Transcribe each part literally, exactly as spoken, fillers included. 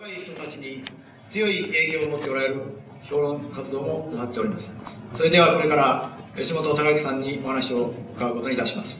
若い人たちに強い影響を持っておられる評論活動もなっております。それではこれから吉本隆之さんにお話を伺うことにいたします。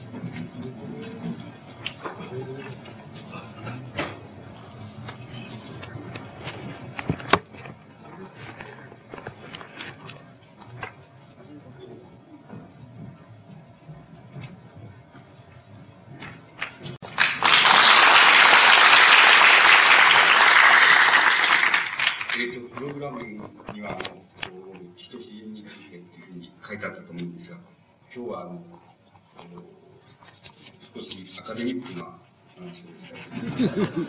今日はあの少しアカデミックな話をしたいと思います。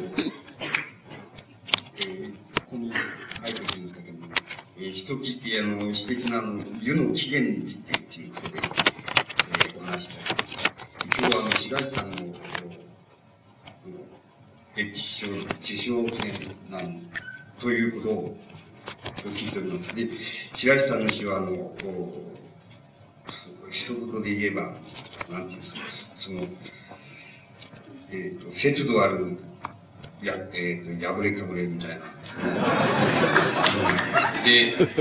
えー、ここに書いておきましたけども、えー、一つあの指摘なの湯の起源についてということで、えー、お話したいと思います。今日はあの白石さんの歴史上受賞記念なんということを聞いております。で、白石さんの詩はあの一言で言えば、なんていうんですか、その、えっ、ー、と、節度ある、や、えっ、ー、と、破れかぶれみたいな。で、えっ、ー、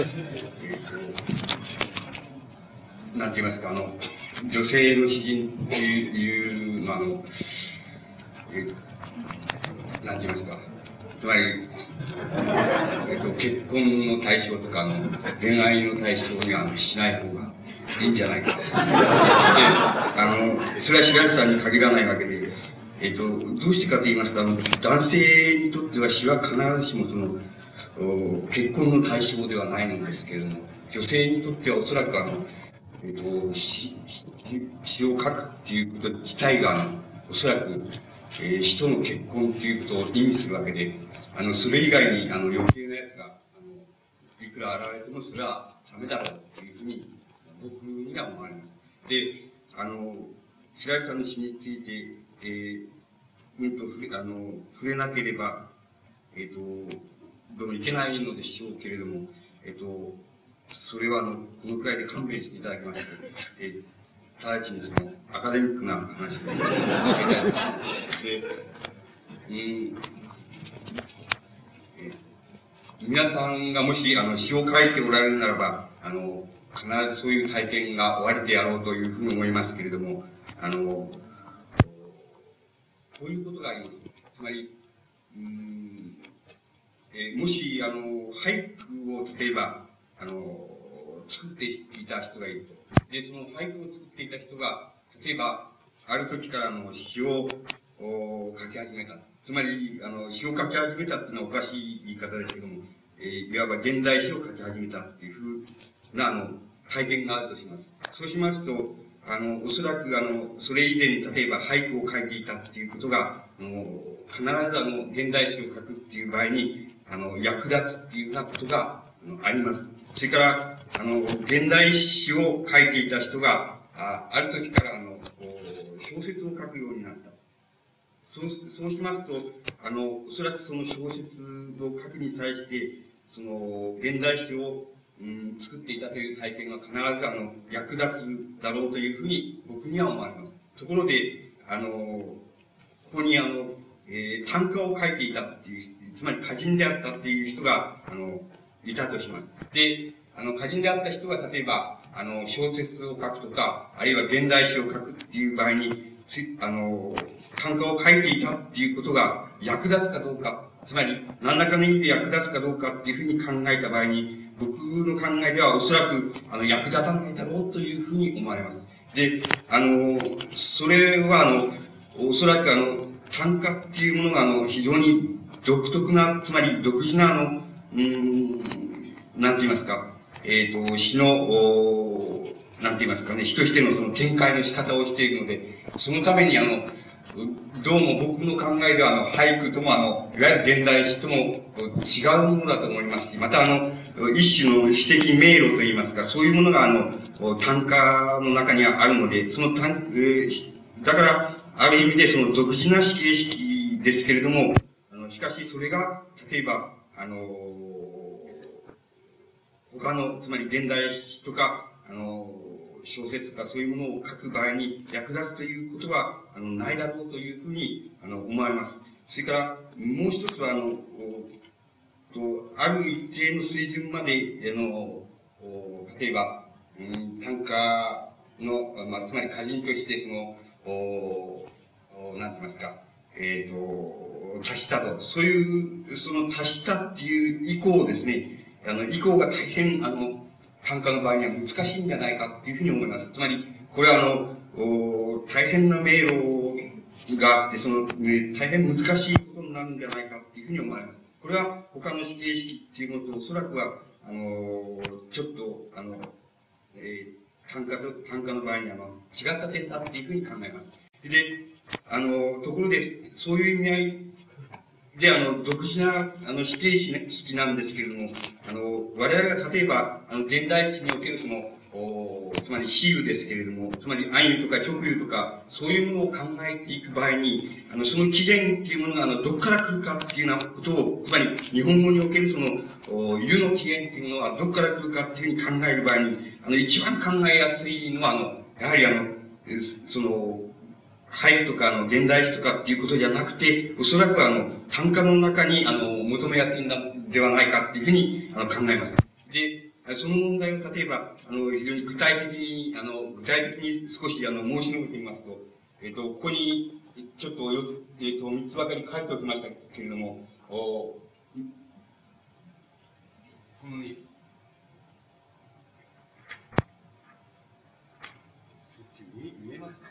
と、なんて言いますか、あの、女性の詩人っていうのは、あの、えー、なんて言いますか、つまり、えっ、と、結婚の対象とか、あの、恋愛の対象にはしない方が、いいんじゃないか。で、あの、それは白石さんに限らないわけで、えっと、どうしてかと言いますと、あの、男性にとっては詩は必ずしもその、結婚の対象ではないのですけれども、女性にとってはおそらくあの、えっと、詩、詩を書くっていうこと自体が、あの、おそらく、えー、詩との結婚っていうことを意味するわけで、あの、それ以外に、あの、余計なやつが、あの、いくら現れてもそれはダメだろうというふうに、僕には思われます。で、あの、白石さんの詩について、えー、うんと触れ、あの、触れなければ、えっ、ー、と、どうもいけないのでしょうけれども、えっ、ー、と、それはあの、このくらいで勘弁していただきまして、えー、直ちにその、アカデミックな話で、で、うん、えー、皆さんがもし、あの、詩を書いておられるならば、あの、必ずそういう体験が終わりでやろうというふうに思いますけれども、あの、こういうことがあります。つまり、うーん、えー、もし、あの、俳句を例えば、あの、作っていた人がいると。で、その俳句を作っていた人が、例えば、ある時からの詩を書き始めた。つまり、あの、詩を書き始めたっていうのはおかしい言い方ですけども、えー、いわば現代詩を書き始めたっていうふうな、あの、体験があるとします。そうしますと、あの、おそらくあの、それ以前に例えば俳句を書いていたっていうことが、あの、必ずあの、現代詩を書くっていう場合に、あの、役立つっていうようなことがあのあります。それから、あの、現代詩を書いていた人が、あある時からあの、小説を書くようになった。そう、そうしますと、あの、おそらくその小説を書くに際して、その、現代詩をうん、作っていたという体験が必ずあの、役立つだろうというふうに僕には思われます。ところで、あの、ここにあの、えー、短歌を書いていたっていう、つまり歌人であったっていう人が、あの、いたとします。で、あの、歌人であった人が例えば、あの、小説を書くとか、あるいは現代詩を書くっていう場合に、あの、短歌を書いていたっていうことが役立つかどうか、つまり何らかの意味で役立つかどうかっていうふうに考えた場合に、僕の考えではおそらく、あの、役立たないだろうというふうに思われます。で、あの、それはあの、おそらくあの、短歌っていうものがあの、非常に独特な、つまり独自なあの、うーん、なんて言いますか、えっ、ー、と、詩の、なんて言いますかね、詩としてのその展開の仕方をしているので、そのためにあの、どうも僕の考えでは、あの、俳句とも、あの、いわゆる現代詩とも違うものだと思いますし、また、あの、一種の詩的迷路といいますか、そういうものが、あの、短歌の中にはあるので、その短、えー、だから、ある意味でその独自な詩形式ですけれども、あの、しかしそれが、例えば、あの、他の、つまり現代詩とか、あの、小説とかそういうものを書く場合に役立つということは、あの、ないだろうというふうに、あの、思われます。 それから、もう一つは、あの、とある一定の水準まで、あの、例えば、うん、単価の、まあ、つまり歌人として、その、おなんて言いますか、えっ、ー、と、達したと。そういう、その達したっていう以降ですね、あの、以降が大変、あの、単価の場合には難しいんじゃないかっていうふうに思います。つまり、これはあの、お大変な迷路があって、その、ね、大変難しいことになるんじゃないかっていうふうに思われます。これは他の指定式っていうのとおそらくは、あの、ちょっと、あの、えー、単価と、単価の場合にあの、違った点だっていうふうに考えます。で、あの、ところで、そういう意味合いで、あの、独自な、あの、指定式なんですけれども、あの、我々が例えば、あの、現代史におけるその、おつまり比喩ですけれども、つまり暗喩とか直喩とか、そういうものを考えていく場合に、あの、その起源っていうものが、あの、どこから来るかっていうようなことを、つまり、日本語におけるその、お湯の起源っていうものはどこから来るかっていうふうに考える場合に、あの、一番考えやすいのは、あの、やはりあの、その、俳句とか、あの、現代詩とかっていうことじゃなくて、おそらくあの、単価の中に、あの、求めやすいんだ、ではないかっていうふうに、あの、考えます。で、その問題を例えば、あの、非常に具体的に、あの、具体的に少し、あの、申し述べてみますと、えっと、ここに、ちょっとよ、えっと、三つばかり書いておきましたけれども、お、このね、見えますか？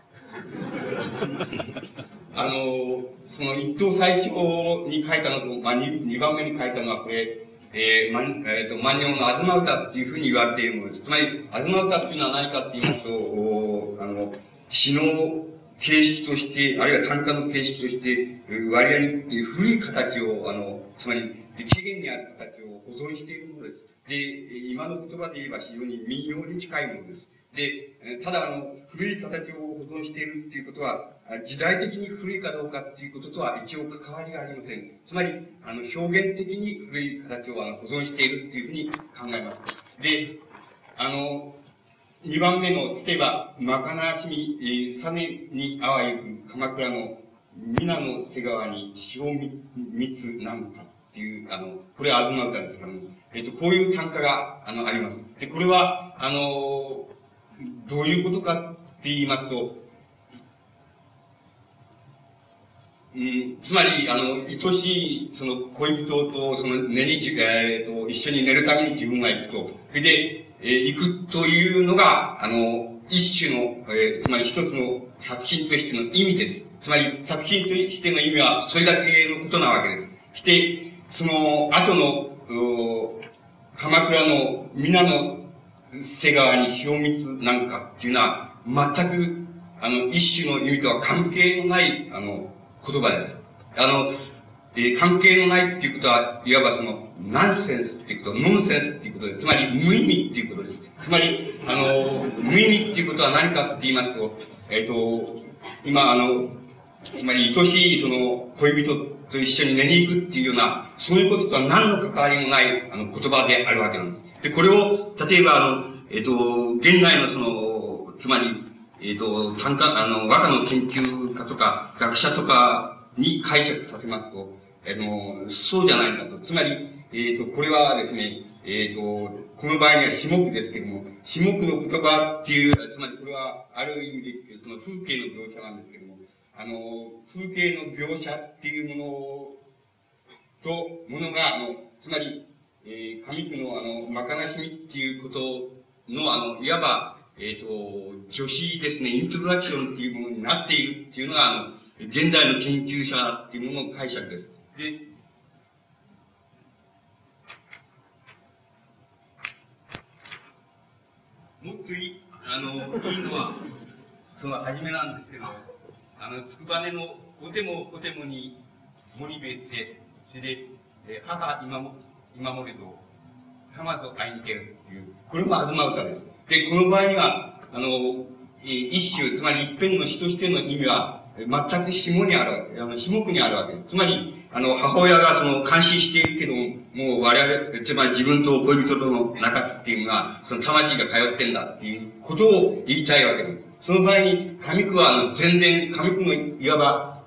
あの、その一等最初に書いたのと、まあ、二、二番目に書いたのはこれ、えー、ま、えっ、ー、と、万葉の東歌っていうふうに言われているものです。つまり、東歌っていうのは何かって言いますと、おあの、詩の形式として、あるいは短歌の形式として、割合に古い形を、あの、つまり、起源にある形を保存しているものです。で、今の言葉で言えば非常に民謡に近いものです。で、ただ、あの、古い形を保存しているっていうことは、時代的に古いかどうかっていうこととは一応関わりがありません。つまり、あの、表現的に古い形をあの保存しているっていうふうに考えます。で、あの、二番目の、例えば、まかなしみ、えー、さねにあわゆく鎌倉の皆の瀬川に潮蜜なんかっていう、あの、これは東歌ですからね。えっ、ー、と、こういう単価が、あの、あります。で、これは、あの、どういうことかって言いますと、うん、つまり、あの、愛しい、その、恋人と、その、寝に、えっ、ー、と、一緒に寝るために自分が行くと。それで、えー、行くというのが、あの、一種の、えー、つまり一つの作品としての意味です。つまり、作品としての意味は、それだけのことなわけです。して、その、後の、鎌倉の皆の瀬川に潮蜜なんかっていうのは、全く、あの、一種の意味とは関係のない、あの、言葉です。あの、えー、関係のないっていうことは、いわばその、ナンセンスっていうこと、ノンセンスっていうことです。つまり、無意味っていうことです。つまり、あの、無意味っていうことは何かって言いますと、えっ、ー、と、今、あの、つまり、愛しい、その、恋人と一緒に寝に行くっていうような、そういうこととは何の関わりもない、あの、言葉であるわけなんです。で、これを、例えば、あの、えっ、ー、と、現代のその、つまり、えっ、ー、と、参加、あの、和歌の研究家とか、学者とかに解釈させますと、あの、そうじゃないんだと。つまり、えっ、ー、と、これはですね、えっ、ー、と、この場合には詩目ですけども、詩目の言葉っていう、つまりこれは、ある意味で、その風景の描写なんですけども、あの、風景の描写っていうものと、ものが、あの、つまり、えー、上句のあの、まかなしみっていうことの、あの、いわば、えっ、ー、と、助詞ですね、イントロダクションっていうものになっているっていうのが、あの、現代の研究者っていうものの解釈です。で、もっといい、あの、いいのは、その初めなんですけど、あの、つくばねのおてもおてもに森べせ、それで、えー、母今も、今もれと、浜と会いに行けるっていう、これも東歌です。で、この場合には、あの、一種、つまり一辺の詩としての意味は、全く下にある、あの、下目にあるわけです。つまり、あの、母親がその、監視しているけども、もう我々、つまり自分と恋人との仲っていうのが、その魂が通ってんだっていうことを言いたいわけです。その場合に、上句は、あの、全然、上句の、いわば、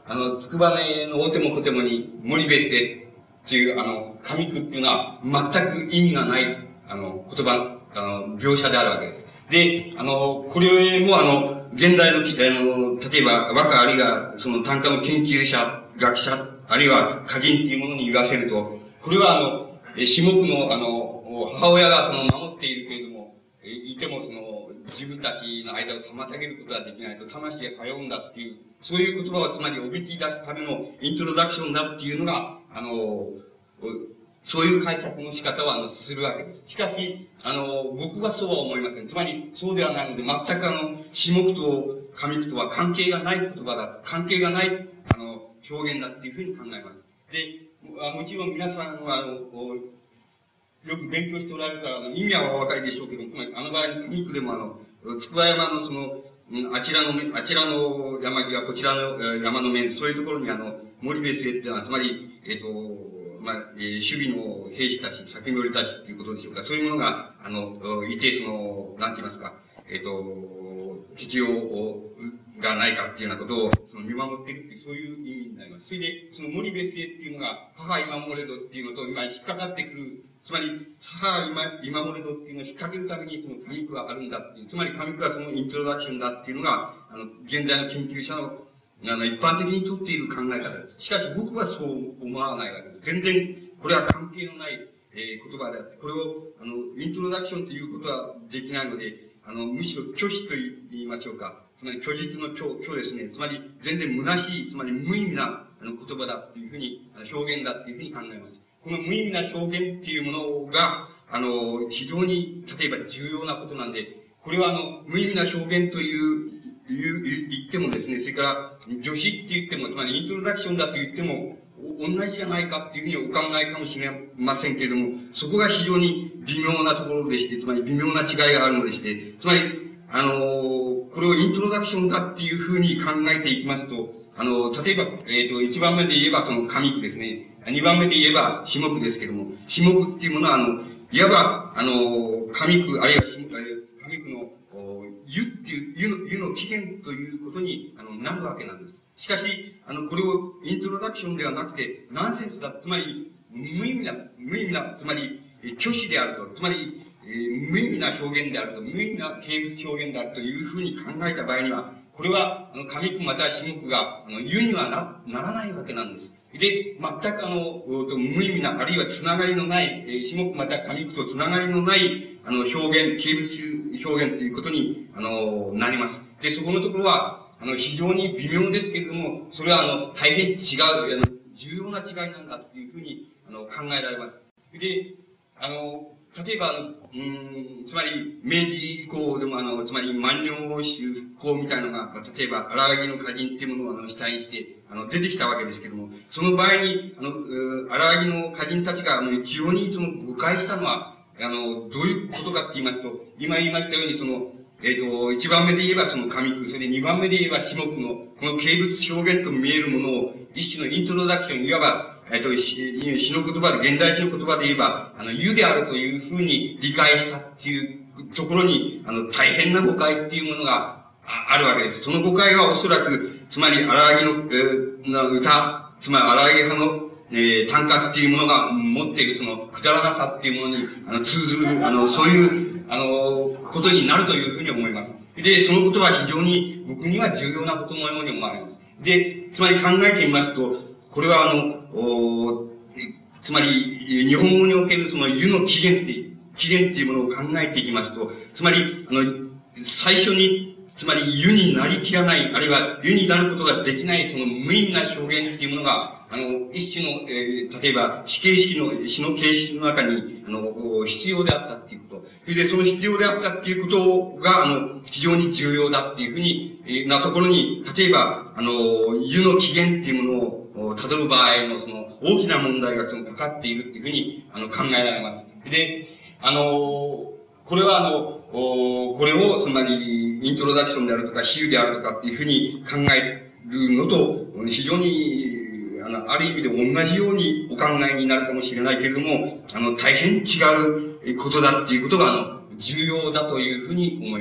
あの、つくばねのおてもこてもに、森別姓っていう、あの、上句っていうのは、全く意味がない、あの、言葉、あの、描写であるわけです。で、あの、これもあの、現代の、あの、例えば、和歌あるいは、その短歌の研究者、学者、あるいは歌人っていうものに言わせると、これはあの、下句のあの、母親がその守っているけれども、いてもその、自分たちの間を妨げることができないと、魂が通うんだっていう、そういう言葉をつまりおびき出すためのイントロダクションだっていうのが、あの、そういう解釈の仕方をあの、するわけです。しかし、あの、僕はそうは思いません。つまり、そうではないので、全くあの、下句と上句とは関係がない言葉だ、関係がない、あの、表現だっていうふうに考えます。で、もちろん皆さんは、あの、よく勉強しておられるから、あの意味はお分かりでしょうけども、つまり、あの場合に上句でもあの、筑波山のその、あちらの、あちらの山際、こちらの山の面、そういうところにあの、森別姓っていうのは、つまり、えっと、まあ、えー、守備の兵士たち、先乗りたちっていうことでしょうか。そういうものが、あの、いて、その、なんて言いますか、えっと、敵を、がないかっていうようなことを、その見守っているっていう、そういう意味になります。それで、その森別姓っていうのが、母今守れどっていうのと、今引っかかってくる、つまり、母今、今守れどっていうのを引っ掛けるために、その上句があるんだっていう、つまり上句はそのイントロダクションだっていうのが、あの、現代の研究者の、あの、一般的にとっている考え方です。しかし僕はそう思わないわけです。全然、これは関係のない、えー、言葉であって、これを、あの、イントロダクションということはできないので、あの、むしろ虚子と言いましょうか。つまり、虚実の虚、虚ですね。つまり、全然虚しい、つまり無意味な、あの、言葉だっていうふうに、表現だっていうふうに考えます。この無意味な表現っていうものが、あの、非常に、例えば重要なことなんで、これはあの、無意味な表現という、言う、言ってもですね、それから、助詞って言っても、つまりイントロダクションだと言っても、同じじゃないかっていうふうにお考えかもしれませんけれども、そこが非常に微妙なところでして、つまり微妙な違いがあるのでして、つまり、あの、これをイントロダクションだっていうふうに考えていきますと、あの、例えば、えっと、一番目で言えばその上句ですね。二番目で言えば下句ですけども、下句っていうものは、あの、いわば、あの、上句、あるいは上句の、湯っていう、湯の、湯の起源ということに、あの、なるわけなんです。しかし、あの、これをイントロダクションではなくて、ナンセンスだ、つまり、無意味な、無意味な、つまり、虚子であると、つまり、えー、無意味な表現であると、無意味な形物表現であるというふうに考えた場合には、これは、あの、上句または下句が、あの、湯にはな、ならないわけなんです。で、全くあの、無意味な、あるいはつながりのない、えー、下句または上句とつながりのない、あの、表現、形物表現ということに、あの、なります。で、そこのところは、あの、非常に微妙ですけれども、それはあの、大変違う、あの、重要な違いなんだっていうふうに、あの、考えられます。で、あの、例えば、あの、うん、つまり、明治以降でも、あの、つまり、万葉集復興みたいなのが、例えば、荒木の歌人っていうものを、あの、主体にして、あの、出てきたわけですけども、その場合に、あの、荒木の歌人たちが、あの、一様にその、誤解したのは、あの、どういうことかって言いますと、今言いましたように、その、えっと、一番目で言えばその上句、それで二番目で言えば下句の、この形物表現と見えるものを、一種のイントロダクション、いわば、えっと、詩の言葉で、現代詩の言葉で言えば、あの、湯であるというふうに理解したっていうところに、あの、大変な誤解っていうものがあるわけです。その誤解はおそらく、つまり、荒木の、えー、歌、つまり荒木派の、えー、短歌っていうものが持っているその、くだらなさっていうものに、あの、通ずる、あの、そういう、あの、ことになるというふうに思います。で、そのことは非常に僕には重要なことのように思われます。で、つまり考えてみますと、これはあの、おつまり、日本語におけるその湯の起源って、起源っていうものを考えていきますと、つまり、あの、最初に、つまり湯になりきらない、あるいは湯になることができない、その無意味な表現っていうものが、あの、一種の、えー、例えば、死形式の、死の形式の中に、あの、必要であったっていうこと。それで、その必要であったっていうことが、あの、非常に重要だっていうふうに、えー、なところに、例えば、あの、湯の起源っていうものを、辿る場合の、その、大きな問題がその、かかっているっていうふうに、あの、考えられます。で、あの、これはあの、これを、つまり、イントロダクションであるとか、比喩であるとかっていうふうに考えるのと、非常に、あの、ある意味で同じようにお考えになるかもしれないけれども、あの、大変違うことだっていうことが、あの、重要だというふうに思います。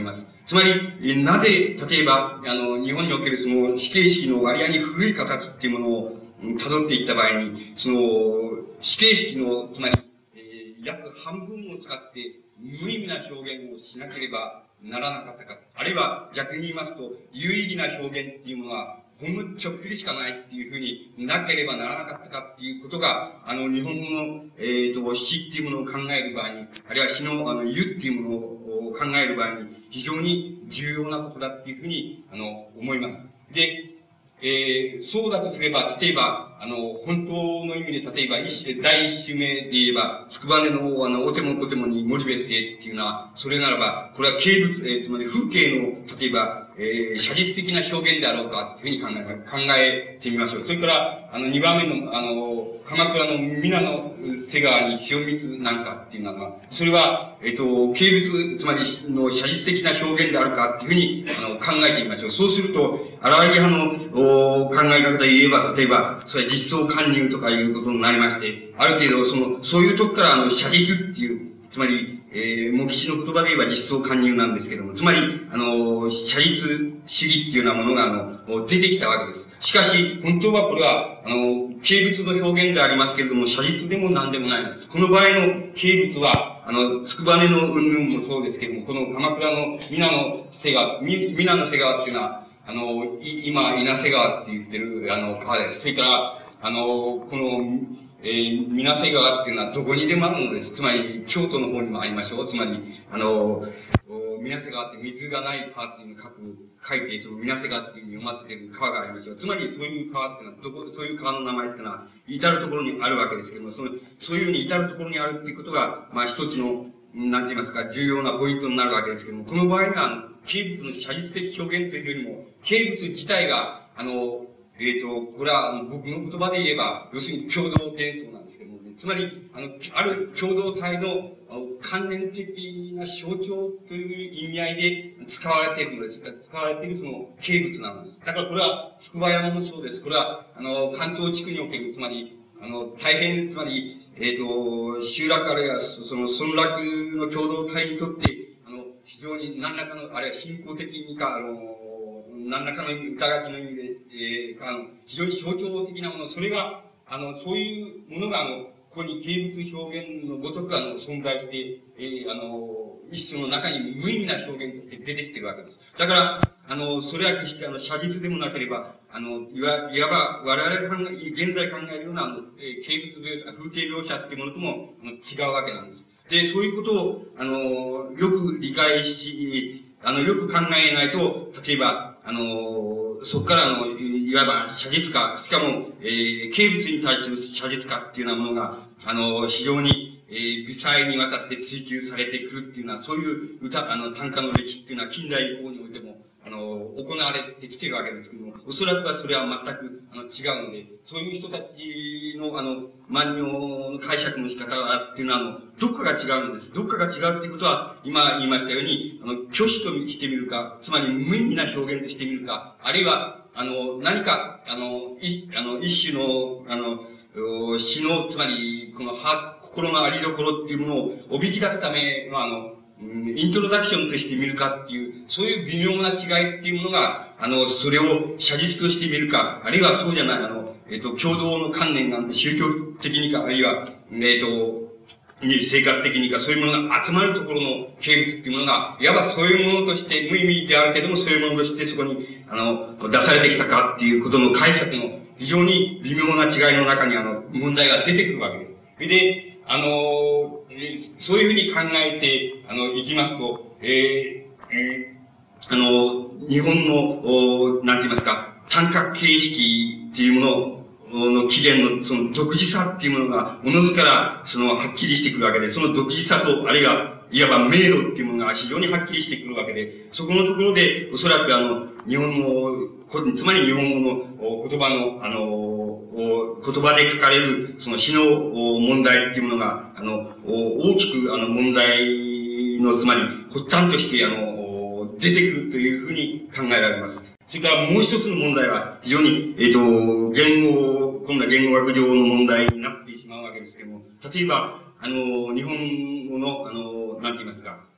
つまり、なぜ、例えば、あの、日本におけるその死刑式の割合に古い形っていうものを辿っていった場合に、その、死刑式の、つまり、えー、約半分を使って、無意味な表現をしなければならなかったか。あるいは、逆に言いますと、有意義な表現っていうものは、ほんのちょっぴりしかないっていうふうになければならなかったかっていうことが、あの、日本語の、えっ、ー、と、死っていうものを考える場合に、あるいは死の、あの、湯っていうものを考える場合に、非常に重要なことだっていうふうに、あの、思います。で、えー、そうだとすれば、例えば、あの、本当の意味で、例えば、一種、第一種目で言えば、つくばねの、あの、おてもこてもに森別へっていうのは、それならば、これは景物、えー、つまり風景の、例えば、えー、写実的な表現であろうか、っていうふうに考え、考えてみましょう。それから、あの、二番目の、あの、鎌倉の皆の瀬川に潮水なんかっていうのは、それは、えっ、ー、と、景物、つまりの写実的な表現であるかっていうふうに、あの、考えてみましょう。そうすると、荒井派の考え方で言えば、例えば、それは実相貫入とかいうことになりまして、ある程度、その、そういうとこから、あの、写実っていう、つまり、えー、模吉の言葉で言えば実相貫入なんですけども、つまり、あの、写実主義っていうようなものが、あの、出てきたわけです。しかし、本当はこれは、あの、景物の表現でありますけれども、写実でも何でもないんです。この場合の景物は、あの、つくばねの云々もそうですけれども、この鎌倉の皆の瀬川、皆の瀬川っていうのは、あの、今、稲瀬川って言ってる、あの、川です。それから、あの、この、えー、水瀬川っていうのはどこにでもあるのです。つまり、京都の方にもありましょう。つまり、あの、水瀬川って水がない川っていうのを書く、書いて、その水瀬川っていうふうに読ませてる川がありましょう。つまり、そういう川っていうのは、どこ、そういう川の名前っていうのは、至るところにあるわけですけども、その、そういうふうに至るところにあるっていうことが、まあ一つの、なんて言いますか、重要なポイントになるわけですけども、この場合には、あの、景物の写実的表現というよりも、景物自体が、あの、えっ、ー、と、これは、あの、僕の言葉で言えば、要するに共同幻想なんですけども、ね、つまり、あの、ある共同体の、あの、関連的な象徴という意味合いで使われているのです。使われているその、景物なんです。だからこれは、福馬山もそうです。これは、あの、関東地区における、つまり、あの、大変、つまり、えっ、ー、と、集落あるいは、その、村落の共同体にとって、あの、非常に何らかの、あるいは信仰的にか、あの、何らかの歌書きの意味で、えー、あの、非常に象徴的なもの、それが、あの、そういうものが、あの、ここに景物表現のごとく、あの、存在して、えー、あの、一種の中に無意味な表現として出てきているわけです。だから、あの、それは決して、あの、写実でもなければ、あの、いわ、いわば、我々が考え、現在考えるような、あの、えー、景物描写、風景描写っていうものとも、あの、違うわけなんです。で、そういうことを、あの、よく理解し、あの、よく考えないと、例えば、あの、そこからあの、いわば写実化、しかも、えー、景物に対する写実化っていうようなものが、あの、非常に、えー、微細にわたって追求されてくるっていうのは、そういう歌、あの、短歌の歴史っていうのは近代以降においても、あの、行われてきているわけですけども、おそらくはそれは全く、あの、違うので、そういう人たちの、あの、万葉の解釈の仕方っていうのは、あの、どっかが違うんです。どっかが違うっていうことは、今言いましたように、あの、虚子としてみるか、つまり無意味な表現としてみるか、あるいは、あの、何か、あの、い、あの、一種の、あの、詩の、つまり、この、は、心のありどころっていうものをおびき出すための、あの、イントロダクションとして見るかっていう、そういう微妙な違いっていうものが、あの、それを写実として見るか、あるいはそうじゃない、あの、えっと、共同の観念が宗教的にか、あるいは、えっと、生活的にか、そういうものが集まるところの景物っていうものが、いわばそういうものとして、無意味であるけども、そういうものとしてそこに、あの、出されてきたかっていうことの解釈の非常に微妙な違いの中に、あの、問題が出てくるわけです。それで、あの、そういうふうに考えて、あの、いきますと、えー、えー、あの、日本の、なんて言いますか、単角形式っていうものの起源の、その独自さっていうものが、おのずから、その、はっきりしてくるわけで、その独自さと、あるいは、いわば迷路っていうものが非常にはっきりしてくるわけで、そこのところで、おそらくあの、日本語、つまり日本語の言葉の、あの、言葉で書かれる、その詩の問題っていうものが、あの、大きく、あの、問題の、つまり、発端として、あの、出てくるというふうに考えられます。それからもう一つの問題は、非常に、えっと、言語、今度は言語学上の問題になってしまうわけですけども、例えば、あの、日本語の、あの、なんて言いますか、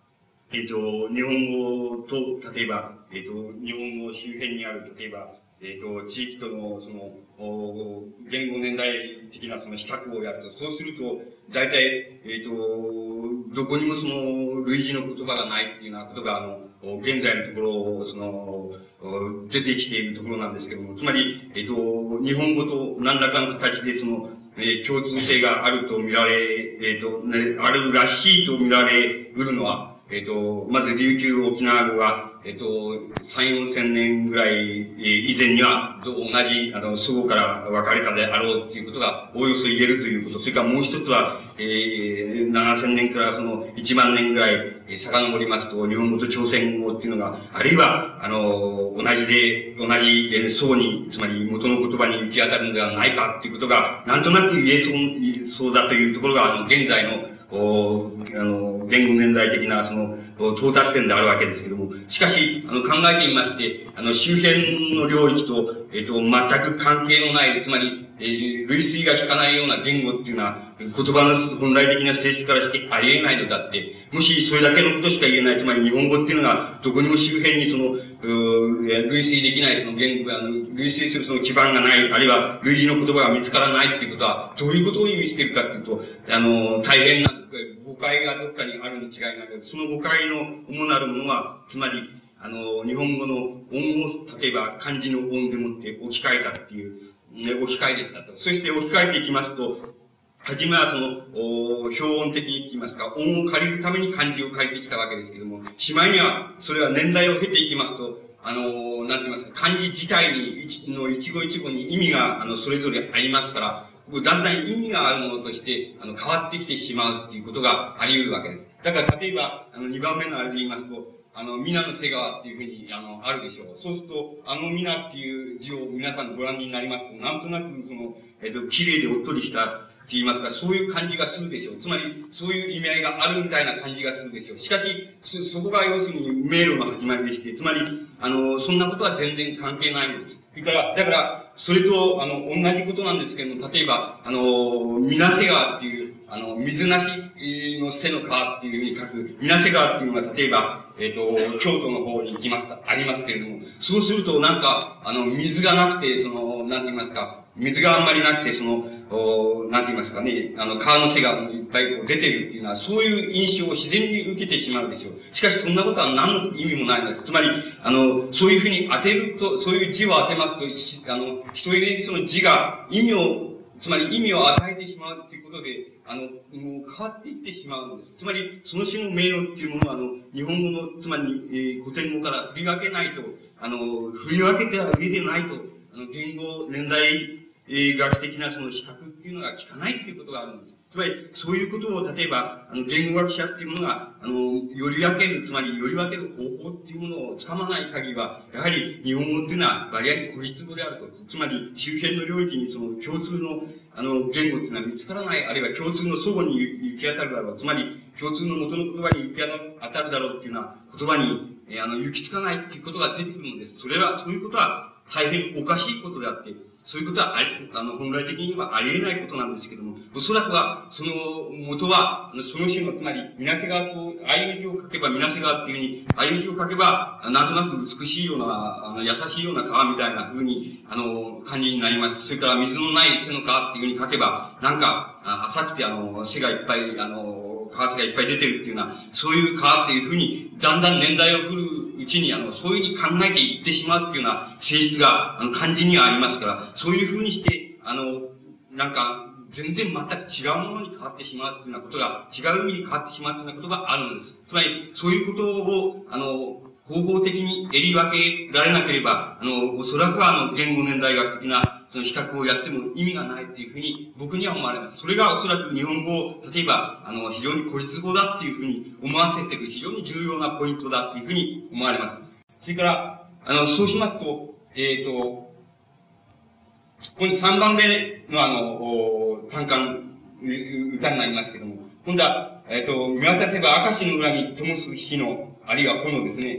えっ、と、日本語と、例えば、えっ、と、日本語周辺にある、例えば、えっ、と、地域との、その、お言語年代的なその比較をやると、そうすると、大体、えっ、と、どこにもその、類似の言葉がないっていうようなことが、あの、現在のところ、その、出てきているところなんですけども、つまり、えっ、と、日本語と何らかの形でその、えー、共通性があると見られ、えっ、と、ね、あるらしいと見られうるのは、えっ、と、まず琉球沖縄語は、えっ、と、三、四千年ぐらい、えー、以前には、同じ、あの、祖母から分かれたであろうっていうことが、おおよそ言えるということ。それからもう一つは、えー、七千年からその、一万年ぐらい、えー、遡りますと、日本語と朝鮮語っていうのが、あるいは、あの、同じで、同じ、えー、層に、つまり元の言葉に行き当たるのではないかっていうことが、なんとなく言えそう、言えそうだというところが、あの、現在の、おあの、言語年代的な、その、到達点であるわけですけども、しかし、あの、考えてみまして、あの、周辺の領域と、えっ、と、全く関係のない、つまり、えー、類推が効かないような言語っていうのは、言葉の本来的な性質からしてありえないのだって、もしそれだけのことしか言えない、つまり日本語っていうのが、どこにも周辺にその、類推できないその言語、あの、類推するその基盤がない、あるいは類似の言葉が見つからないっていうことは、どういうことを意味しているかっていうと、あの、大変な誤解がどっかにあるに違いないけど、その誤解の主なるものは、つまり、あの、日本語の音を、例えば漢字の音でもって置き換えたっていう、ね、置き換えていったと。そして置き換えていきますと、はじめはその、表音的に言いますか、音を借りるために漢字を書いてきたわけですけども、しまいには、それは年代を経ていきますと、あの、なんて言いますか、漢字自体に、の一語一語に意味が、あの、それぞれありますから、だんだん意味があるものとして、あの、変わってきてしまうっていうことがあり得るわけです。だから、例えば、あの、二番目のあれで言いますと、あの、皆の瀬川っていうふうに、あの、あるでしょう。そうすると、あの皆っていう字を皆さんご覧になりますと、なんとなく、その、えっと、綺麗でおっとりした、って言いますか、そういう感じがするでしょう。つまり、そういう意味合いがあるみたいな感じがするでしょう。しかし、そ、そこが要するに迷路の始まりでして、つまり、あの、そんなことは全然関係ないんです。それから、だから、それと、あの、同じことなんですけども、例えば、あの、水瀬川っていう、あの、水なしの瀬の川っていうふうに書く、水瀬川っていうのが、例えば、えっ、と、京都の方に行きますと、ありますけれども、そうすると、なんか、あの、水がなくて、その、なんて言いますか、水があんまりなくて、その、おなんて言いますかね、あの、川の瀬がいっぱいこう出ているっていうのは、そういう印象を自然に受けてしまうでしょう。しかし、そんなことは何の意味もないのです。つまり、あの、そういうふうに当てると、そういう字を当てますと、あの、一人でその字が意味を、つまり意味を与えてしまうということで、あの、もう変わっていってしまうのです。つまり、その種の迷路っていうものは、あの、日本語の、つまり、えー、古典語から振り分けないと、あの、振り分けては上でないと、あの、言語、年代、えー、学的なその比較っていうのが効かないっていうことがあるんです。つまり、そういうことを、例えば、あの、言語学者っていうものが、あの、より分ける、つまり、より分ける方法っていうものをつかまない限りは、やはり、日本語っていうのは、割合孤立語であると。つまり、周辺の領域にその、共通の、あの、言語っていうのは見つからない、あるいは共通の相互に行き当たるだろう。つまり、共通の元の言葉に行き当たるだろうっていうのは、言葉に、えー、あの、行き着かないっていうことが出てくるのです。それは、そういうことは、大変おかしいことであって、そういうことはあり、あの、本来的にはありえないことなんですけども、おそらくは、その元は、その種の、つまり、水瀬川と、相字を書けば水瀬川っていうふうに、相字を書けば、なんとなく美しいような、あの、優しいような川みたいな風に、あの、感じになります。それから水のない瀬の川っていうふうに書けば、なんか、浅くて、あの、瀬がいっぱい、あの、川瀬がいっぱい出てるっていうような、そういう川っていうふうに、だんだん年代を振るうちに、あの、そういうふうに考えていってしまうっていうような性質が、あの、漢字にはありますから、そういうふうにして、あの、なんか、全然全く違うものに変わってしまうっていうようなことが、違う意味に変わってしまうっていうようなことがあるのです。つまり、そういうことを、あの、方法的にえり分けられなければ、あの、おそらくは、あの、言語年代学的な、その比較をやっても意味がないっていうふうに、僕には思われます。それがおそらく日本語を、例えば、あの、非常に孤立語だっていうふうに思わせている非常に重要なポイントだっていうふうに思われます。それから、あの、そうしますと、えっと、今度さんばんめのあの、単管、歌になりますけども、今度は、えっと、見渡せば明石の裏に灯す火の、あるいは炎ですね。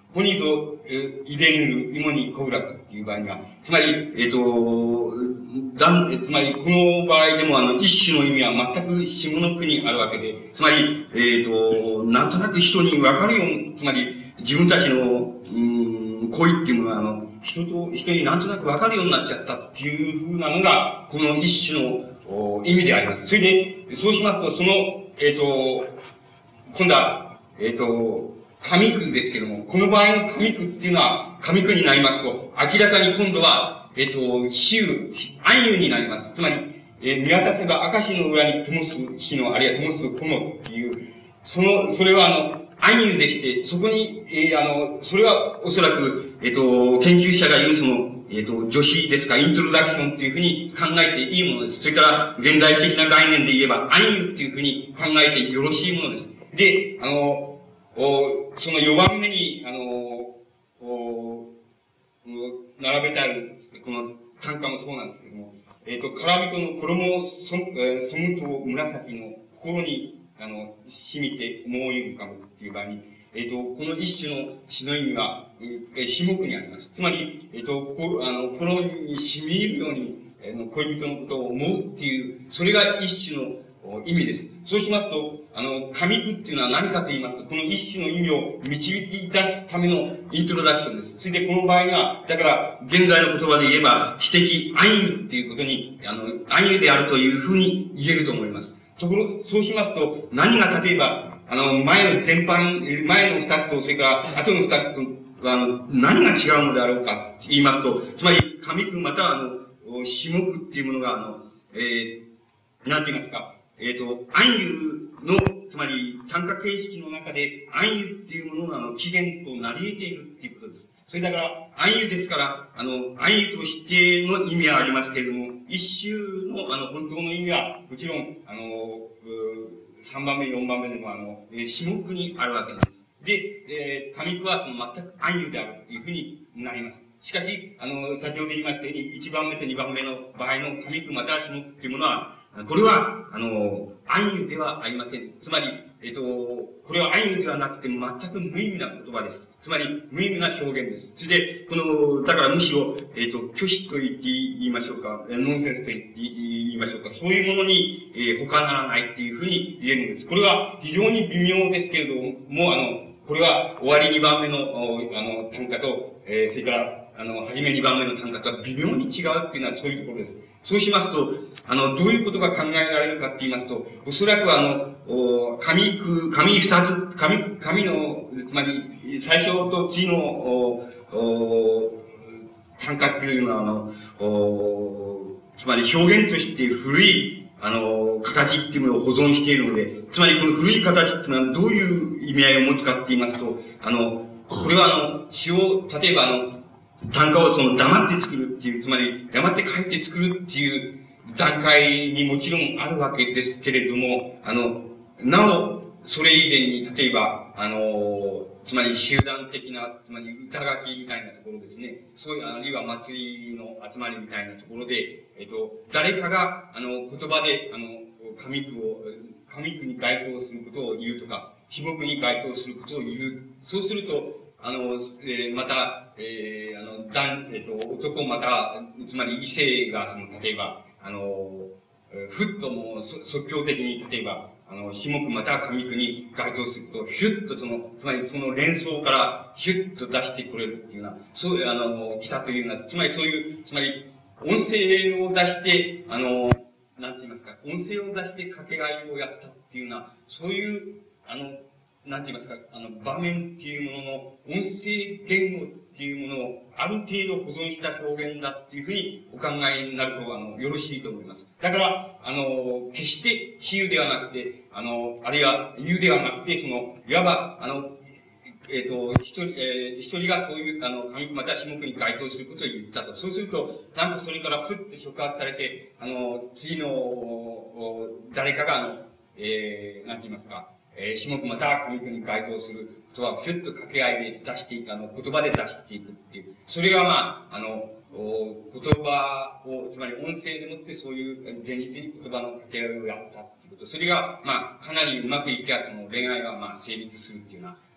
ポニと、えー、遺伝る芋に小楽っていう場合には、つまり、えっ、と、だん、つまり、この場合でも、あの、一種の意味は全く下の句にあるわけで、つまり、えっ、と、なんとなく人に分かるよう、つまり、自分たちの、うーん、恋っていうものは、あの、人と、人になんとなく分かるようになっちゃったっていうふうなのが、この一種の意味であります。それで、そうしますと、その、えっ、と、今度は、えっ、と、上句ですけども、この場合の上句っていうのは、上句になりますと、明らかに今度は、えっ、と、比喩、暗喩になります。つまり、えー、見渡せば明石の裏に灯す火の、あるいは灯す炎っていう、その、それはあの、暗喩でして、そこに、えー、あの、それはおそらく、えっ、と、研究者が言うその、えっ、と、助詞ですか、イントロダクションっていうふうに考えていいものです。それから、現代的な概念で言えば、暗喩っていうふうに考えてよろしいものです。で、あの、おそのよばんめに、あの、お並べてある、この短歌もそうなんですけども、えっ、と、からびこの衣をそ、えー、染むと紫の心に、あの、染みて思い浮かぶっていう場合に、えっ、と、この一種の詩の意味が、えー、下句にあります。つまり、えっ、と、こあの、心に染み入るように、えー、恋人のことを思うっていう、それが一種の意味です。そうしますと、あの、上句っていうのは何かと言いますと、この一種の意味を導き出すためのイントロダクションです。それでこの場合には、だから、現在の言葉で言えば、詩的暗喩っていうことに、あの、暗喩であるというふうに言えると思います。ところ、そうしますと、何が例えば、あの、前の前半、前の二つと、それから後の二つと、あの、何が違うのであろうかと言いますと、つまり、上句またはあの、下句っていうものが、あの、えー、なんて言いますか、えっ、ー、と、暗喩の、つまり、単価形式の中で、暗喩っていうもののあの、起源となり得ているっていうことです。それだから、暗喩ですから、あの、暗喩としての意味はありますけれども、一種の、あの、本当の意味は、もちろん、あの、三番目、四番目でも、あの、下句にあるわけなんです。で、えー、上句はその全く暗喩であるっていうふうになります。しかし、あの、先ほど言いましたように、一番目と二番目の場合の上句または下句っていうものは、これは、あの、暗喩ではありません。つまり、えっと、これは暗喩ではなくて全く無意味な言葉です。つまり、無意味な表現です。それで、この、だからむしろ、えっと、虚子と言って言いましょうか、ノンセンスと言って言いましょうか、そういうものに、えー、他ならないっていうふうに言えるんです。これは非常に微妙ですけれども、あの、これは終わり二番目の、あの、単価と、えー、それから、あの、初め二番目の単価とは微妙に違うっていうのはそういうところです。そうしますと、あの、どういうことが考えられるかって言いますと、おそらくあの、紙句、紙二つ、紙、紙の、つまり、最初と次の、お、お、単価っていうのは、あの、お、つまり表現として古い、あの、形っていうものを保存しているので、つまりこの古い形っていうのはどういう意味合いを持つかって言いますと、あの、これはあの、詩を、例えばあの、単価をその黙って作るっていう、つまり黙って書いて作るっていう段階にもちろんあるわけですけれども、あの、なお、それ以前に、例えば、あの、つまり集団的な、つまり歌書きみたいなところですね。そういう、あるいは祭りの集まりみたいなところで、えっと、誰かが、あの、言葉で、あの、上句を、上句に該当することを言うとか、下句に該当することを言う。そうすると、あの、えー、また、えー、あの、男、えっ、ー、と、男また、つまり異性が、その、例えば、あの、ふっともう、即興的に、例えば、あの、下句または上句に該当することを、ヒュッとその、つまりその連想から、ヒュッと出してくれるっていうような、そういう、あの、来たというような、つまりそういう、つまり、音声を出して、あの、なんて言いますか、音声を出して掛け合いをやったっていうような、そういう、あの、なんて言いますか、あの、場面っていうものの、音声言語っていうものを、ある程度保存した表現だっていうふうにお考えになると、あの、よろしいと思います。だから、あの、決して比喩ではなくて、あの、あるいは言うではなくて、その、いわば、あの、えっ、ー、と、一人、えー、一人がそういう、あの、上句または下句に該当することを言ったと。そうすると、なんとそれからふって触発されて、あの、次の、誰かが、あの、えー、なんて言いますか、えー、下句または上句に該当する言葉をひゅっと掛け合いで出していく、あの、言葉で出していくっていう。それがまあ、あの、言葉を、つまり音声でもってそういう現実に言葉の掛け合いをやったっていうこと。それが、まあ、かなりうまくいけば、その恋愛がまあ成立するっていうような、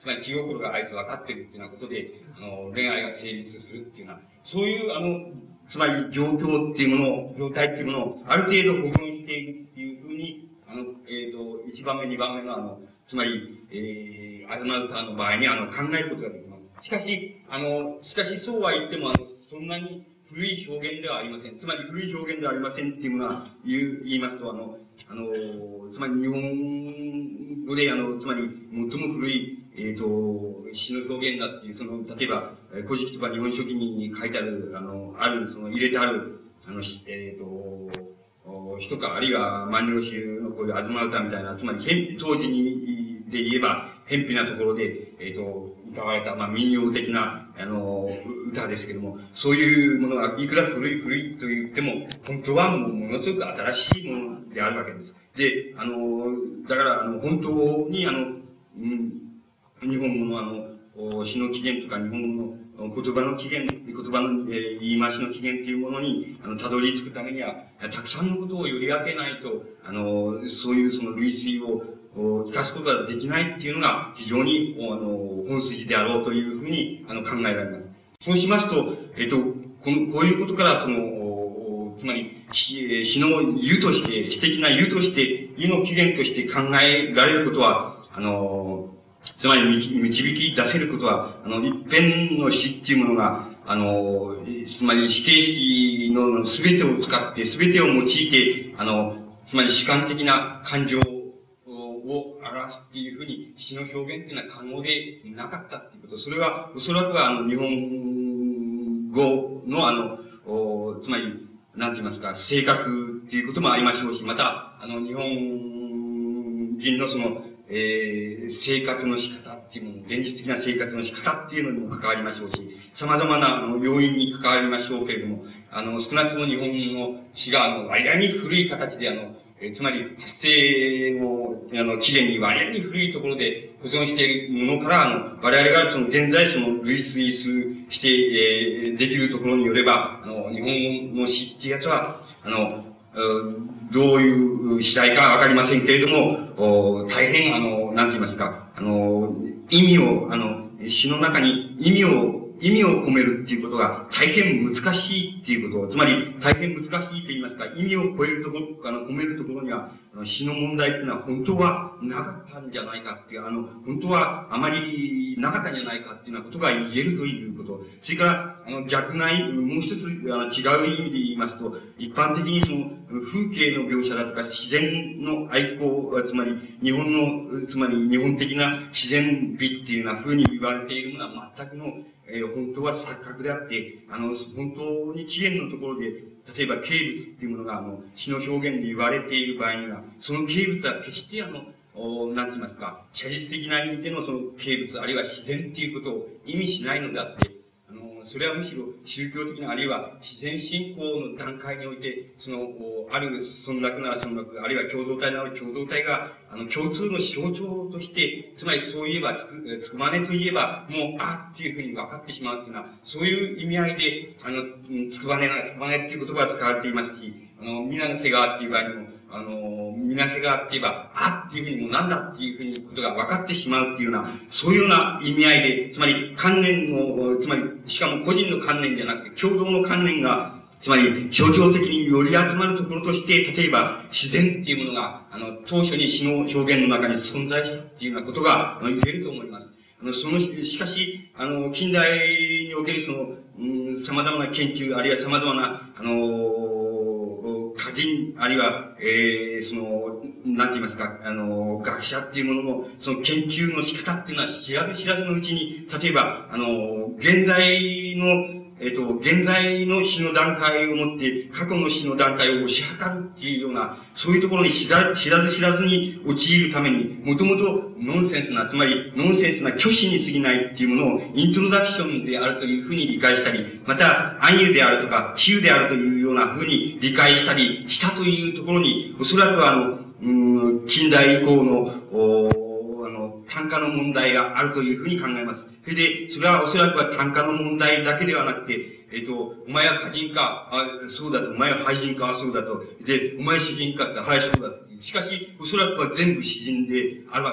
つまり気心があいつ分かってるっていうようなことで、あの、恋愛が成立するっていうような、そういう、あの、つまり状況っていうもの、状態っていうものを、ある程度保存しているっていうふうに、あの、えっ、ー、と、一番目、二番目のあの、つまり、えー、アズマウターの場合に、あの、考えることができます。しかし、あの、しかしそうは言っても、あの、そんなに古い表現ではありません。つまり古い表現ではありませんっていうものは、言う、言いますと、あの、あの、つまり日本語で、あの、つまり、最も古い、えっ、ー、と、詩の表現だっていう、その、例えば、古事記とか日本書紀に書いてある、あの、ある、その、入れてある、あの、えっ、ー、と、詩とか、あるいは万葉集のこういうアズマ歌みたいな、つまり、変、当時に、で言えば、偏僻なところで、えっ、ー、と、歌われた、まあ、民謡的な、あの、歌ですけども、そういうものが、いくら古い古いと言っても、本当はもう、ものすごく新しいものであるわけです。で、あの、だから、あの、本当に、あの、うん、日本語のあの、詩の起源とか日本語の言葉の起源、言葉の、えー、言い回しの起源っていうものに、あの、たどり着くためには、たくさんのことをより分けないと、あの、そういうその類推を、聞かすことができないっていうのが非常に、あの、本筋であろうというふうに、あの、考えられます。そうしますと、えっと、この、こういうことから、その、つまり、詩、詩の湯として、詩的な湯として、湯の起源として考えられることは、あの、つまり導き出せることは、あの、一辺の詩っていうものが、あの、つまり詩形式のすべてを使って、すべてを用いて、あの、つまり主観的な感情を表すっていうふうに、詩の表現っていうのは可能でなかったっていうこと。それは、おそらくは、あの、日本語の、あの、つまり、なんて言いますか、性格っていうこともありましょうし、また、あの、日本人のその、えー、生活の仕方っていうもの、現実的な生活の仕方っていうのにも関わりましょうし、様々な、あの、要因に関わりましょうけれども、あの、少なくとも日本の詩が、あの、割合に古い形で、あの、えー、つまり、発生の、あの、起源に割合に古いところで保存しているものから、あの、我々がその、現在その、類推する、して、えー、できるところによれば、あの、日本の詩っていうやつは、あの、どういう次第かわかりませんけれども、大変、あの、なんて言いますか、あの、意味を、あの、詩の中に意味を、意味を込めるっていうことが大変難しいっていうこと、つまり大変難しいと言いますか、意味を超えるところ、あの、込めるところには、あの詩の問題っていうのは本当はなかったんじゃないかっていう、あの、本当はあまりなかったんじゃないかっていうようなことが言えるということ。それから、あの、逆な、もう一つ、あの、違う意味で言いますと、一般的にその、風景の描写だとか自然の愛好、つまり日本の、つまり日本的な自然美っていうような風に言われているものは全くの、えー、本当は錯覚であって、あの、本当に起源のところで、例えば景物っていうものが、あの、詩の表現で言われている場合には、その景物は決してあの、おなんて言いますか、写実的な意味でのその景物、あるいは自然っていうことを意味しないのであって、あの、それはむしろ宗教的な、あるいは自然信仰の段階において、その、ある村落なら村落、あるいは共同体なら共同体が、あの、共通の象徴として、つまりそういえば、つく、つくまねといえば、もう、あっていうふうに分かってしまうっていうのは、そういう意味合いで、あの、つくばねな、つくばねっていう言葉が使われていますし、あの、みなの瀬川っていう場合にも、あの、みなせ川って言えば、あっていうふうにもうなんだっていうふうにことが分かってしまうっていうような、そういうような意味合いで、つまり観念の、つまり、しかも個人の観念じゃなくて、共同の観念が、つまり、象徴的により集まるところとして、例えば、自然っていうものが、あの、当初に詩の表現の中に存在したっていうようなことが言えると思います。あの、その、しかし、あの、近代におけるその、うん、様々な研究、あるいは様々な、あの、歌人、あるいは、えー、その、なんて言いますか、あの、学者っていうものの、その研究の仕方っていうのは知らず知らずのうちに、例えば、あの、現在の、えっと、現在の詩の段階をもって、過去の詩の段階を推し量るっていうような、そういうところに知ら知らず知らずに陥るために、もともとノンセンスな、つまりノンセンスな虚子に過ぎないっていうものをイントロダクションであるというふうに理解したり、また、暗喩であるとか、比喩であるというようなふうに理解したりしたというところに、おそらくあの、うん、近代以降の、おあの、単価の問題があるというふうに考えます。それで、それはおそらくは単価の問題だけではなくて、えっと、お前は歌人か、あ、そうだと、お前は俳人か、そうだと、で、お前詩人かって、はい、そうだと。しかし、おそらくは全部詩人であるわけです。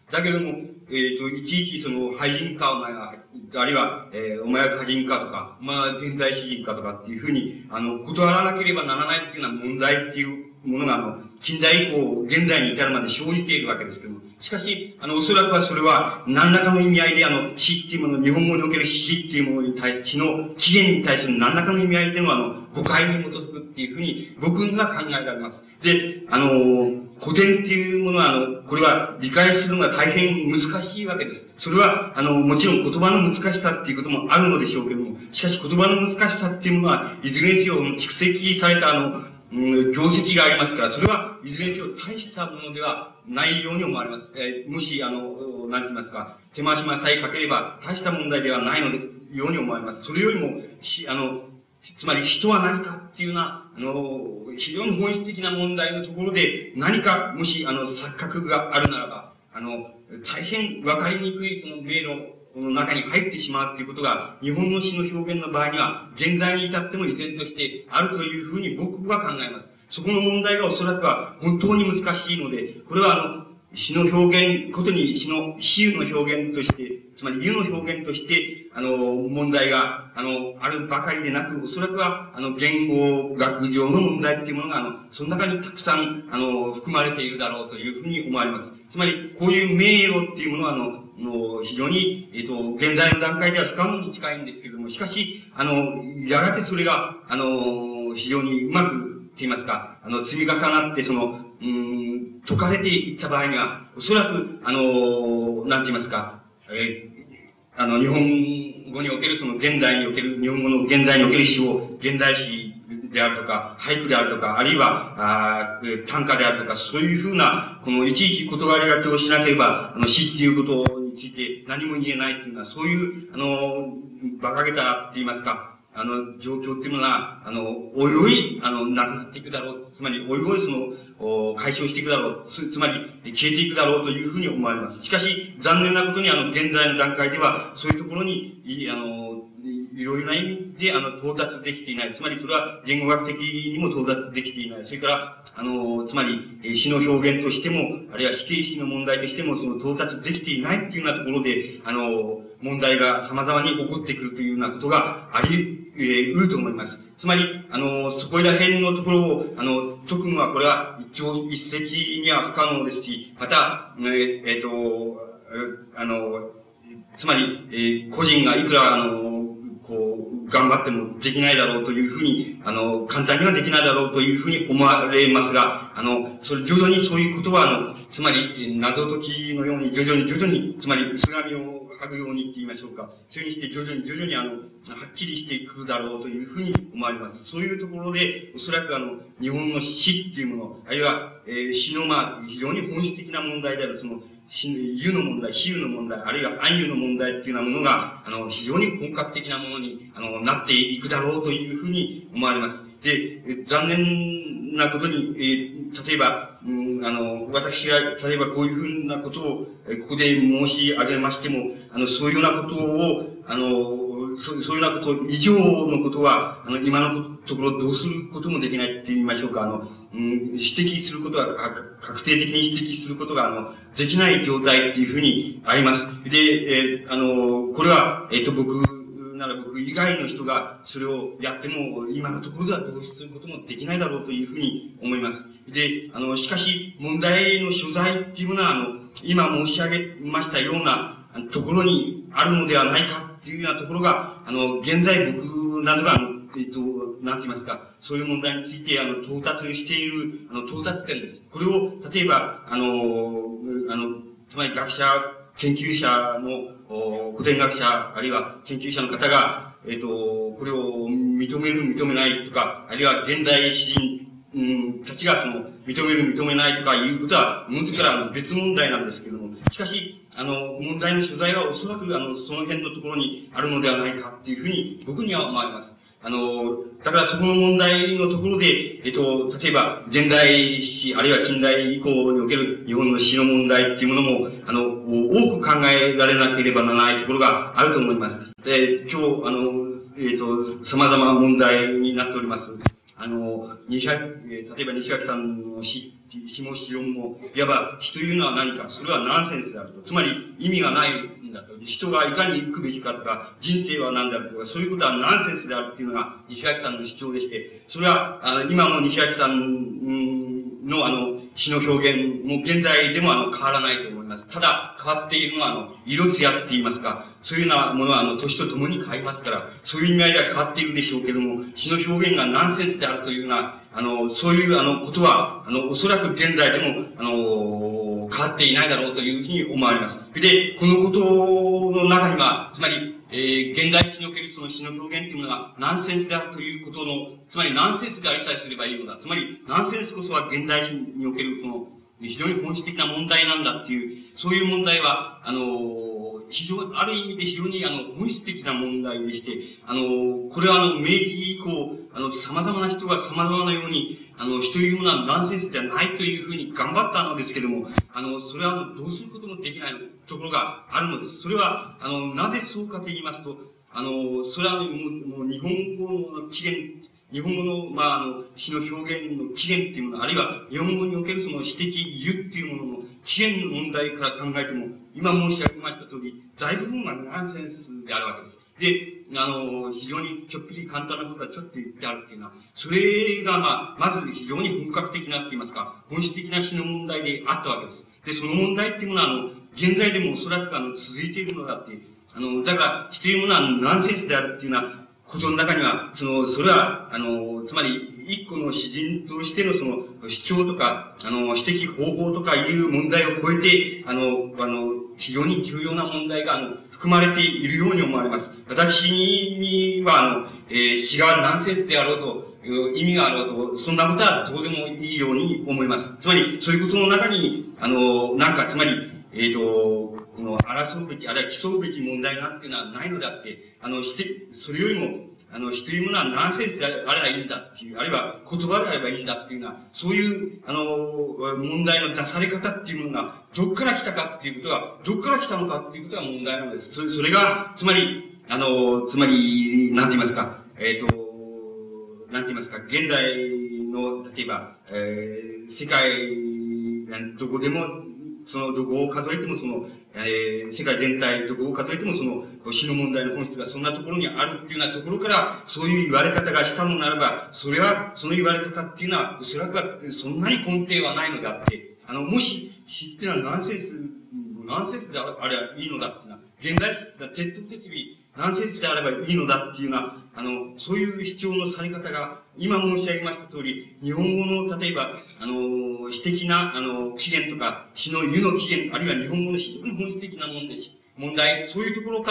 だけども、えっ、と、いちいちその、俳人かお前は、あるいは、えー、お前は歌人かとか、まあ、現代詩人かとかっていうふうに、あの、断らなければならないっていうような問題っていうものが、あの、近代以降、現在に至るまで生じているわけですけども、しかし、あの、おそらくはそれは、何らかの意味合いで、あの、詩っていうもの、日本語における詩っていうものに対する、詩の起源に対する何らかの意味合いっていうのは、あの、誤解に基づくっていうふうに、僕には考えられます。で、あの、古典っていうものは、あの、これは理解するのが大変難しいわけです。それは、あの、もちろん言葉の難しさっていうこともあるのでしょうけども、しかし言葉の難しさっていうものは、いずれにせよ蓄積された、あの、うん、業績がありますから、それはいずれにせよ大したものではないように思われます。えー、もし、あの、なんて言いますか、手間暇さえかければ大した問題ではないので、ように思われます。それよりも、し、あの、つまり人は何かっていうような、あの、非常に本質的な問題のところで、何か、もし、あの、錯覚があるならば、あの、大変わかりにくいその迷路の中に入ってしまうっていうことが、日本の詩の表現の場合には、現在に至っても依然としてあるというふうに僕は考えます。そこの問題がおそらくは本当に難しいので、これはあの、詩の表現、ことに詩の、比喩の表現として、つまり湯の表現として、あの、問題が、あの、あるばかりでなく、おそらくは、あの、言語学上の問題っていうものが、あの、その中にたくさん、あの、含まれているだろうというふうに思われます。つまり、こういう迷路っていうものは、あの、の非常に、えっと、現在の段階では不可能に近いんですけれども、しかし、あの、やがてそれが、あの、非常にうまく、と言いますか、あの、積み重なって、その、うーん、解かれていった場合には、おそらく、あの、なんて言いますか、えー、あの、日本語における、その、現代における、日本語の現代における詩を、現代詩であるとか、俳句であるとか、あるいは、あ短歌であるとか、そういうふうな、この、いちいち断りがけをしなければ、あの、詩っていうことについて何も言えないっていうのは、そういう、あの、馬鹿げたって言いますか、あの、状況っていうのが、あの、おいおい、あの、なくなっていくだろう。つまり、おいおいその、お解消していくだろう。つ、つまり、消えていくだろうというふうに思われます。しかし、残念なことに、あの、現在の段階では、そういうところに、い、あの、いろいろな意味で、あの、到達できていない。つまり、それは言語学的にも到達できていない。それから、あの、つまり、詩の表現としても、あるいは死刑式の問題としても、その到達できていないっていうようなところで、あの、問題が様々に起こってくるというようなことがあり、えー、うると思います。つまり、あの、そこら辺のところを、あの、解くのは、これは一朝一夕には不可能ですし、また、えー、えー、と、あの、つまり、えー、個人がいくら、あの、こう、頑張ってもできないだろうというふうに、あの、簡単にはできないだろうというふうに思われますが、あの、それ、徐々にそういうことは、あの、つまり、謎解きのように、徐々に徐々に、つまり、薄紙を剥ぐようにって言いましょうか。そういうふうにして、徐々に徐々に、あの、はっきりしてくるだろうというふうに思われます。そういうところで、おそらくあの、日本の詩っていうもの、あるいは、えー、詩の、まあ、非常に本質的な問題である、その、湯の問題、比喩の問題、あるいは暗喩の問題っていうようなものが、あの、非常に本格的なものに、あの、なっていくだろうというふうに思われます。で、残念なことに、えー、例えば、うん、あの、私が、例えばこういうふうなことを、えここで申し上げましても、あの、そういうようなことを、あの、そう、そういうようなこと以上のことは、あの、今のところどうすることもできないって言いましょうか、あの、うん、指摘することは、確定的に指摘することが、あの、できない状態っていうふうにあります。で、えー、あの、これは、えっと、僕なら僕以外の人がそれをやっても、今のところではどうすることもできないだろうというふうに思います。で、あの、しかし、問題の所在っていうものは、あの、今申し上げましたようなところにあるのではないかっていうようなところが、あの、現在僕などが、あの、えっと、なんて言いますか、そういう問題について、あの、到達している、あの、到達点です。これを、例えば、あの、あの、つまり学者、研究者の、古典学者、あるいは研究者の方が、えっと、これを認める、認めないとか、あるいは現代詩人、うん、たちがその、認める、認めないとかいうことは、もずから別問題なんですけれども、しかし、あの、問題の所在はおそらく、あの、その辺のところにあるのではないかっていうふうに、僕には思われます。あの、だからそこの問題のところで、えっと、例えば、現代史、あるいは近代以降における日本の詩の問題っていうものも、あの、多く考えられなければならないところがあると思います。で、今日、あの、えっと、様々な問題になっております。あの、西垣、例えば西垣さんの詩って詩も詩論も、いわば詩というのは何か、それはナンセンスであると。つまり意味がないんだと。人がいかに生くべきかとか、人生は何であるとか、そういうことはナンセンスであるっていうのが西脇さんの主張でして、それは、あの、今も西脇さんのあの、詩の表現も現在でもあの、変わらないと思います。ただ、変わっているのはあの、色艶って言いますか、そういうようなものはあの、年とともに変わりますから、そういう意味合いでは変わっているでしょうけども、詩の表現がナンセンスであるというような、あの、そういうあの、ことは、あの、おそらく現在でも、あの、変わっていないだろうというふうに思われます。で、このことの中には、つまり、えー、現代詩におけるその詩の表現というものがナンセンスであるということの、つまりナンセンスでありさえすればいいのだ。つまり、ナンセンスこそは現代詩におけるその、非常に本質的な問題なんだっていう、そういう問題は、あの、非常、ある意味で非常にあの、本質的な問題でして、あの、これはあの、明治以降、あの、様々な人が様々なように、あの、詩というものはナンセンスではないというふうに頑張ったのですけども、あの、それはどうすることもできないところがあるのです。それは、あの、なぜそうかと言いますと、あの、それはもう、もう日本語の起源、日本語の、まあ、あの、詩の表現の起源っていうもの、あるいは日本語におけるその詩的理由っていうものの起源の問題から考えても、今申し上げました通り、大部分はナンセンスであるわけです。で、あの、非常にちょっぴり簡単なことはちょっと言ってあるっていうのは、それが、まあ、まず非常に本格的なって言いますか、本質的な詩の問題であったわけです。で、その問題っていうものは、あの、現在でもおそらくあの、続いているのだって、あの、だから、詩というものはナンセンスであるっていうようなことの中には、その、それは、あの、つまり、一個の詩人としてのその、主張とか、あの、詩的方法とかいう問題を超えて、あの、あの、非常に重要な問題が、あの、含まれているように思われます。私には、あの、えー、詩がナンセンスであろうと、意味があろうと、そんなことはどうでもいいように思います。つまり、そういうことの中に、あの、なんか、つまり、えっと、この、争うべき、あるいは競うべき問題なんていうのはないのであって、あの、して、それよりも、あの、詩というものはナンセンスであればいいんだっていう、あるいは言葉であればいいんだっていうような、そういう、あの、問題の出され方っていうものが、どっから来たかっていうことは、どっから来たのかっていうことが問題なのです。それ、それが、つまり、あの、つまり、なんて言いますか、えっと、なんて言いますか、現代の、例えば、えー、世界、どこでも、その、どこを数えてもその、えー、世界全体、どこを数えてもその、詩の問題の本質がそんなところにあるっていうようなところから、そういう言われ方がしたのならば、それは、その言われ方っていうのは、おそらくは、そんなに根底はないのであって、あの、もし、詩っていうのはナンセンス、ナンセンスであればいいのだっていうのは、現代詩、鉄道的に、ナンセンスであればいいのだっていうような、あの、そういう主張のされ方が、今申し上げました通り、日本語の、例えば、あの、詩的な、あの、起源とか、詩の湯の起源、あるいは日本語の非常に本質的なもんです。問題、そういうところから、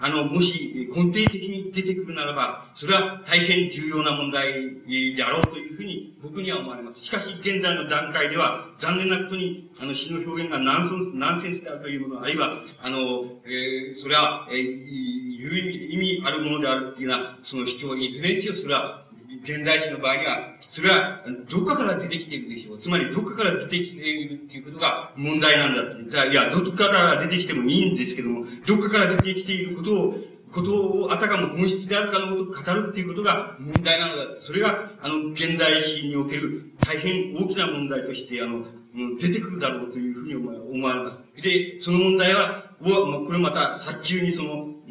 あの、もし根底的に出てくるならば、それは大変重要な問題であろうというふうに僕には思われます。しかし、現在の段階では、残念なことに、あの、詩の表現がナンセンス、ナンセンスであるというもの、あるいは、あの、えー、それは、えー、いう意味、意味あるものであるっていうような、その主張にいずれにせよ、それは、現代詩の場合には、それは、どっかから出てきているでしょう。つまり、どっかから出てきているっていうことが問題なんだって。いや、どっかから出てきてもいいんですけども、どっかから出てきていることを、ことをあたかも本質であるかのことを語るっていうことが問題なのだ。それが、あの、現代詩における大変大きな問題として、あの、出てくるだろうというふうに思われます。で、その問題は、これまた、早急にその、うん、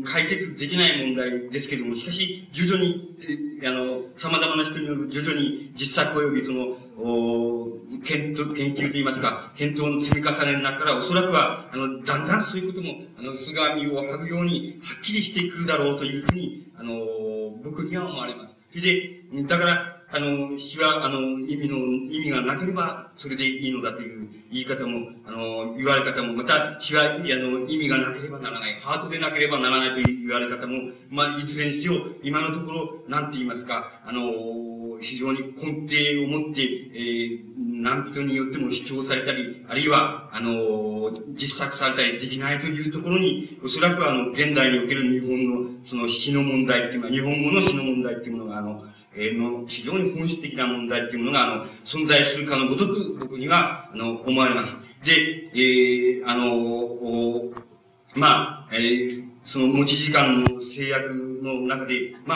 解決できない問題ですけども、しかし、徐々に、あの、様々な人による徐々に実作及びその、お研究、研究といいますか、検討の積み重ねの中から、おそらくは、あの、だんだんそういうことも、あの、薄紙を剥ぐように、はっきりしてくるだろうというふうに、あの、僕には思われます。それで、だから、あの、詩は、あの、意味の、意味がなければ、それでいいのだという言い方も、あの、言われ方も、また、詩は、あの、意味がなければならない、ハートでなければならないという言われ方も、まあ、いずれにせよ、今のところ、なんて言いますか、あの、非常に根底を持って、えー、何人によっても主張されたり、あるいは、あの、実作されたりできないというところに、おそらくあの、現代における日本の、その詩の問題っていうのは、日本語の詩の問題っていうものが、あの、えー、の、非常に本質的な問題っていうものが、あの、存在するかのごとく、僕には、あの、思われます。で、えー、あの、まあ、えー、その持ち時間の制約の中で、まあ、あの、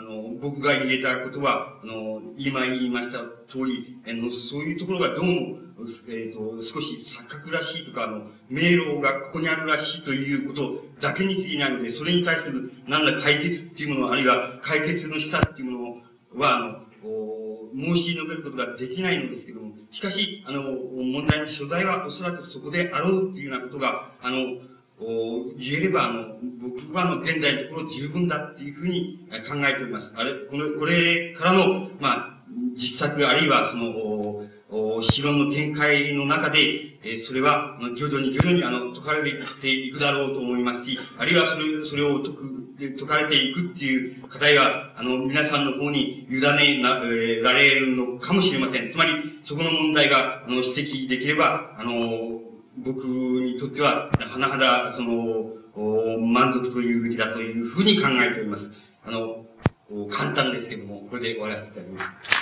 の、僕が言えたことは、あの、今言いました通り、あの、そういうところがどうも、えっ、と、少し錯覚らしいとか、あの、迷路がここにあるらしいということだけに過ぎないので、それに対する何ら解決っていうもの、あるいは解決の示唆っていうものは、あの、申し述べることができないのですけども、しかし、あの、問題の所在はおそらくそこであろうっていうようなことが、あの、言えれば、あの、僕はあの、現在のところ十分だっていうふうに考えております。あれ、この、これからの、まあ、実作あるいはその、詩論の展開の中で、えー、それは、徐々に徐々に、あの、解かれていくだろうと思いますし、あるいはそれ、それを解く、解かれていくっていう課題が、あの、皆さんの方に委ねな、えー、られるのかもしれません。つまり、そこの問題が、あの、指摘できれば、あの、僕にとっては、甚だ、その、満足というべきだというふうに考えております。あの、簡単ですけども、これで終わらせていただきます。